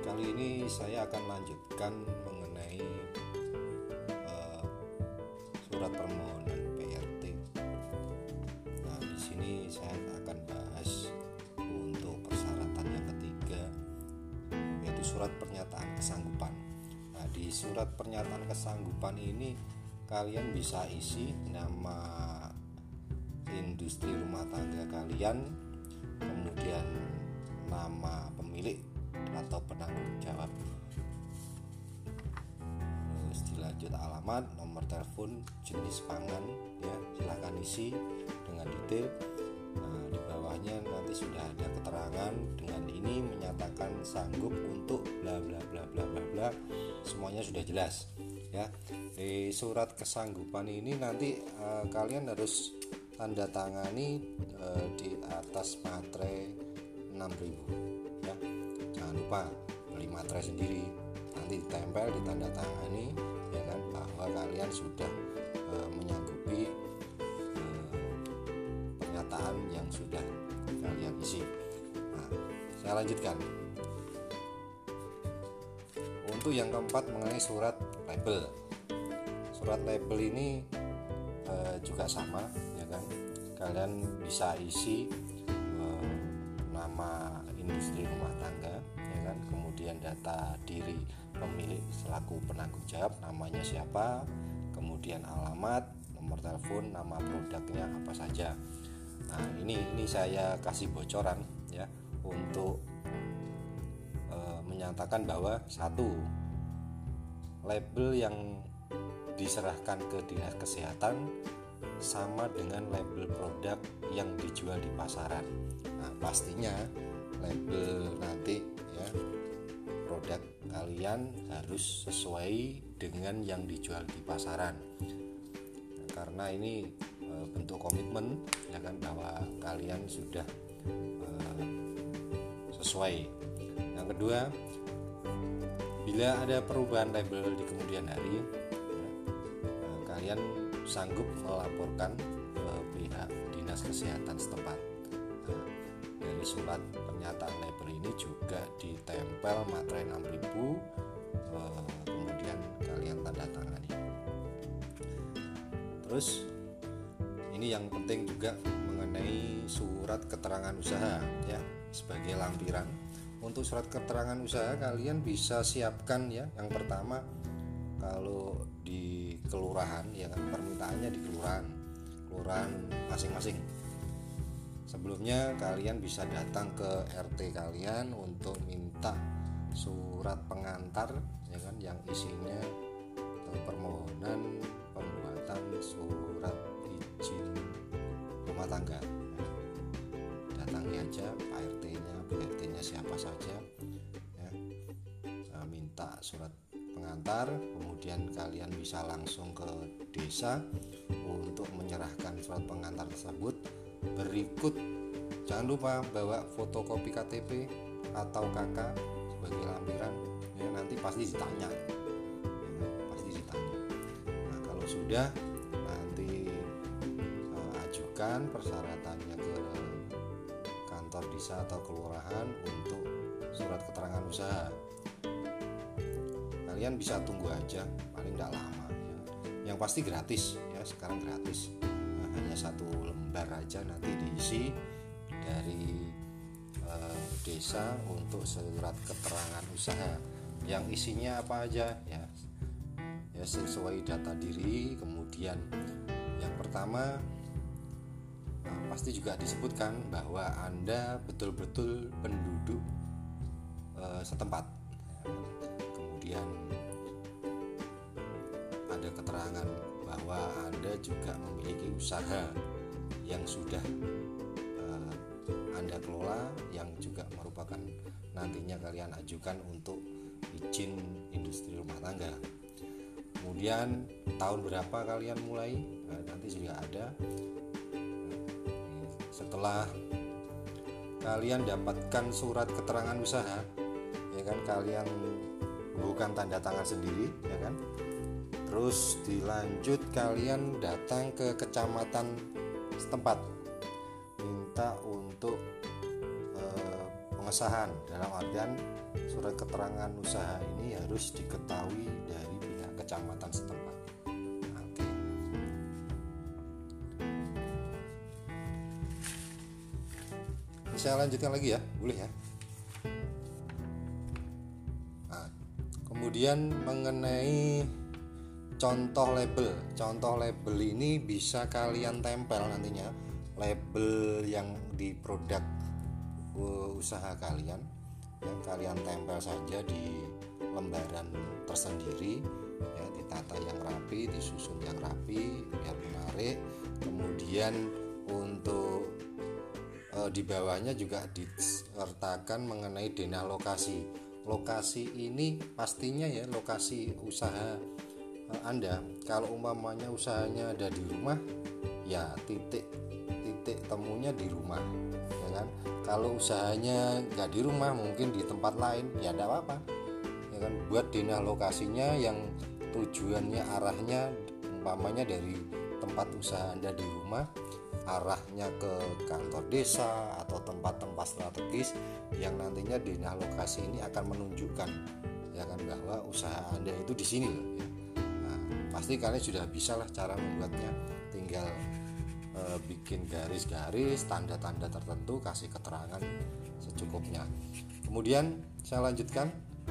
Kali ini saya akan lanjutkan mengenai surat permohonan PRT. Nah, di sini saya akan bahas untuk persyaratan yang ketiga, yaitu surat pernyataan kesanggupan. Nah, di surat pernyataan kesanggupan ini kalian bisa isi nama industri rumah tangga kalian, kemudian nama pemilik atau penanggung jawab, terus dilanjut alamat, nomor telepon, jenis pangan, ya silahkan isi dengan detail. Nah, di bawahnya nanti sudah ada keterangan dengan ini menyatakan sanggup untuk bla bla bla bla bla bla, semuanya sudah jelas ya. Di surat kesanggupan ini nanti kalian harus tanda tangani di atas materai 6.000 ya. Jangan lupa beli materai sendiri, nanti ditempel, ditanda tangani ya kan, bahwa kalian sudah menyanggupi pernyataan yang sudah kalian isi. Nah, saya lanjutkan. Untuk yang keempat mengenai surat label. Surat label ini juga sama ya kan, kalian bisa isi nama industri rumah tangga ya kan, kemudian data diri pemilik selaku penanggung jawab, namanya siapa, kemudian alamat, nomor telepon, nama produknya apa saja. Nah, ini saya kasih bocoran ya untuk menyatakan bahwa satu, label yang diserahkan ke dinas kesehatan sama dengan label produk yang dijual di pasaran. Nah, pastinya label nanti ya produk kalian harus sesuai dengan yang dijual di pasaran. Nah, karena ini bentuk komitmen ya kan, bahwa kalian sudah sesuai. Yang kedua, bila ada perubahan label di kemudian hari ya, kalian sanggup melaporkan ke pihak dinas kesehatan setempat. Nah, dari surat pernyataan label ini juga ditempel materai 6.000, kemudian kalian tanda tangani. Terus ini yang penting juga mengenai surat keterangan usaha ya, sebagai lampiran. Untuk surat keterangan usaha kalian bisa siapkan ya. Yang pertama, kalau di kelurahan ya kan, permintaannya di kelurahan masing-masing. Sebelumnya kalian bisa datang ke RT kalian untuk minta surat pengantar ya kan, yang isinya permohonan pembuatan surat izin rumah tangga. Datangi aja Pak RT-nya, Bu RT-nya siapa saja ya. Minta surat pengantar, kemudian kalian bisa langsung ke desa untuk menyerahkan surat pengantar tersebut. Berikut jangan lupa bawa fotokopi KTP atau KK sebagai lampiran ya, nanti pasti ditanya ya, pasti ditanya. Nah, kalau sudah nanti ajukan persyaratannya ke kantor desa atau kelurahan untuk surat keterangan usaha. Kalian bisa tunggu aja, paling tidak lama ya. Yang pasti gratis ya, sekarang gratis. Nah, hanya 1 lembar aja nanti diisi dari desa untuk surat keterangan usaha, yang isinya apa aja ya sesuai data diri. Kemudian yang pertama pasti juga disebutkan bahwa Anda betul-betul penduduk setempat. Kemudian ada keterangan bahwa Anda juga memiliki usaha yang sudah Anda kelola, yang juga merupakan nantinya kalian ajukan untuk izin industri rumah tangga. Kemudian tahun berapa kalian mulai, nanti juga ada. Setelah kalian dapatkan surat keterangan usaha ya kan, kalian bukan tanda tangan sendiri ya kan, terus dilanjut kalian datang ke kecamatan setempat, minta untuk pengesahan, dalam artian surat keterangan usaha ini harus diketahui dari pihak kecamatan setempat. Oke. Saya lanjutkan lagi ya, boleh ya. Nah, kemudian mengenai contoh label ini bisa kalian tempel nantinya, label yang di produk usaha kalian, yang kalian tempel saja di lembaran tersendiri ya, ditata yang rapi, disusun yang rapi biar menarik. Kemudian untuk di bawahnya juga disertakan mengenai denah lokasi. Lokasi ini pastinya ya lokasi usaha Anda. Kalau umpamanya usahanya ada di rumah, ya titik temunya di rumah, ya kan. Kalau usahanya nggak di rumah, mungkin di tempat lain, ya tidak apa-apa, ya kan. Buat denah lokasinya yang tujuannya arahnya umpamanya dari tempat usaha Anda di rumah, arahnya ke kantor desa atau tempat-tempat strategis yang nantinya denah lokasi ini akan menunjukkan, ya kan, bahwa usaha Anda itu di sini loh, ya. Pasti kalian sudah bisa lah cara membuatnya, tinggal bikin garis-garis, tanda-tanda tertentu, kasih keterangan secukupnya. Kemudian saya lanjutkan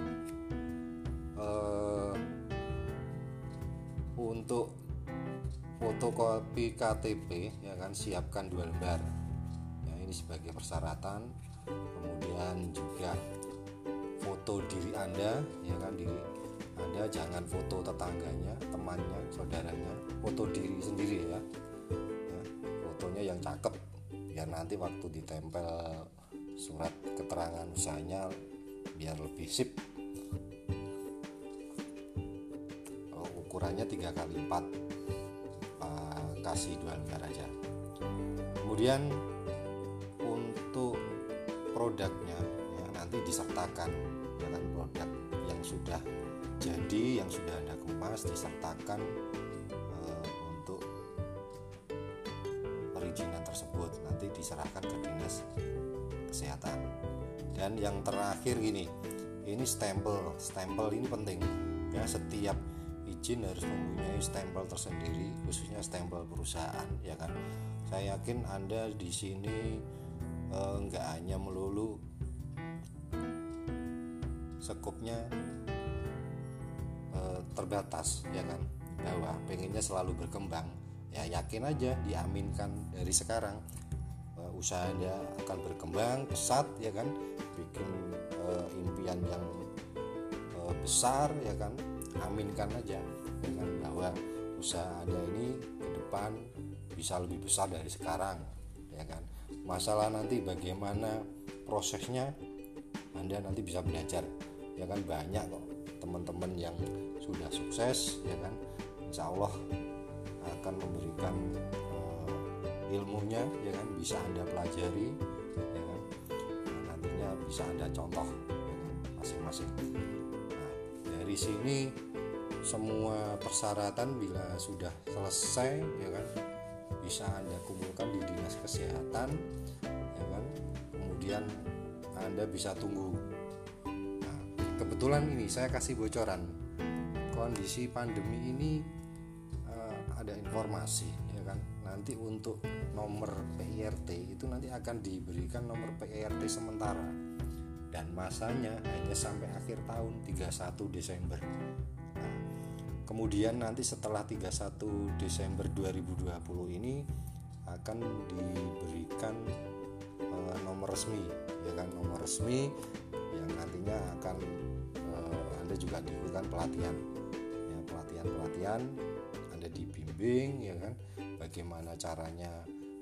untuk fotokopi KTP, ya kan, siapkan 2 lembar ya, ini sebagai persyaratan. Kemudian juga foto diri Anda, ya kan, diri Anda, jangan foto tetangganya, temannya, saudaranya, foto diri sendiri ya, fotonya yang cakep biar nanti waktu ditempel surat keterangan usahanya biar lebih sip. Ukurannya 3x4, kasih 2 lembar aja. Kemudian untuk produknya ya, nanti disertakan, ya kan, produk yang sudah jadi, yang sudah Anda kemas disertakan untuk perizinan tersebut, nanti diserahkan ke dinas kesehatan. Dan yang terakhir ini stempel ini penting ya, setiap izin harus mempunyai stempel tersendiri, khususnya stempel perusahaan, ya kan. Saya yakin Anda di sini nggak hanya melulu sekupnya terbatas, ya kan, bahwa pengennya selalu berkembang, ya yakin aja, diaminkan dari sekarang usaha Anda akan berkembang pesat, ya kan, bikin impian yang besar, ya kan, aminkan aja, ya kan, bahwa usaha Anda ini ke depan bisa lebih besar dari sekarang, ya kan. Masalah nanti bagaimana prosesnya Anda nanti bisa belajar, ya kan, banyak kok teman-teman yang sudah sukses, ya kan, insya Allah akan memberikan ilmunya, ya kan, bisa Anda pelajari, ya kan, nantinya bisa Anda contoh, ya kan, masing-masing. Nah, dari sini semua persyaratan bila sudah selesai, ya kan, bisa Anda kumpulkan di dinas kesehatan, ya kan, kemudian Anda bisa tunggu. Kebetulan ini saya kasih bocoran, kondisi pandemi ini ada informasi, ya kan, nanti untuk nomor PIRT itu nanti akan diberikan nomor PIRT sementara dan masanya hanya sampai akhir tahun 31 Desember. Nah, kemudian nanti setelah 31 Desember 2020 ini akan diberikan nomor resmi, ya kan, nomor resmi yang nantinya akan Anda juga dilakukan pelatihan, ya, pelatihan Anda dibimbing, ya kan, bagaimana caranya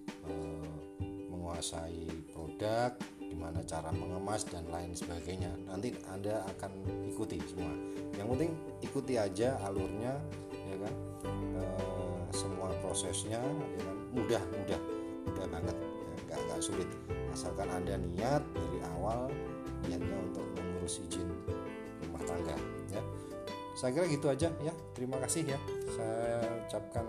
menguasai produk, gimana cara mengemas dan lain sebagainya. Nanti Anda akan ikuti semua. Yang penting ikuti aja alurnya, ya kan, semua prosesnya, ya kan, mudah banget, ya, nggak sulit, asalkan Anda niat dari awal, niatnya untuk mengurus izin rumah tangga, ya. Saya kira gitu aja ya. Terima kasih ya. Saya ucapkan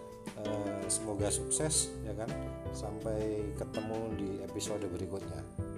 semoga sukses, ya kan. Sampai ketemu di episode berikutnya.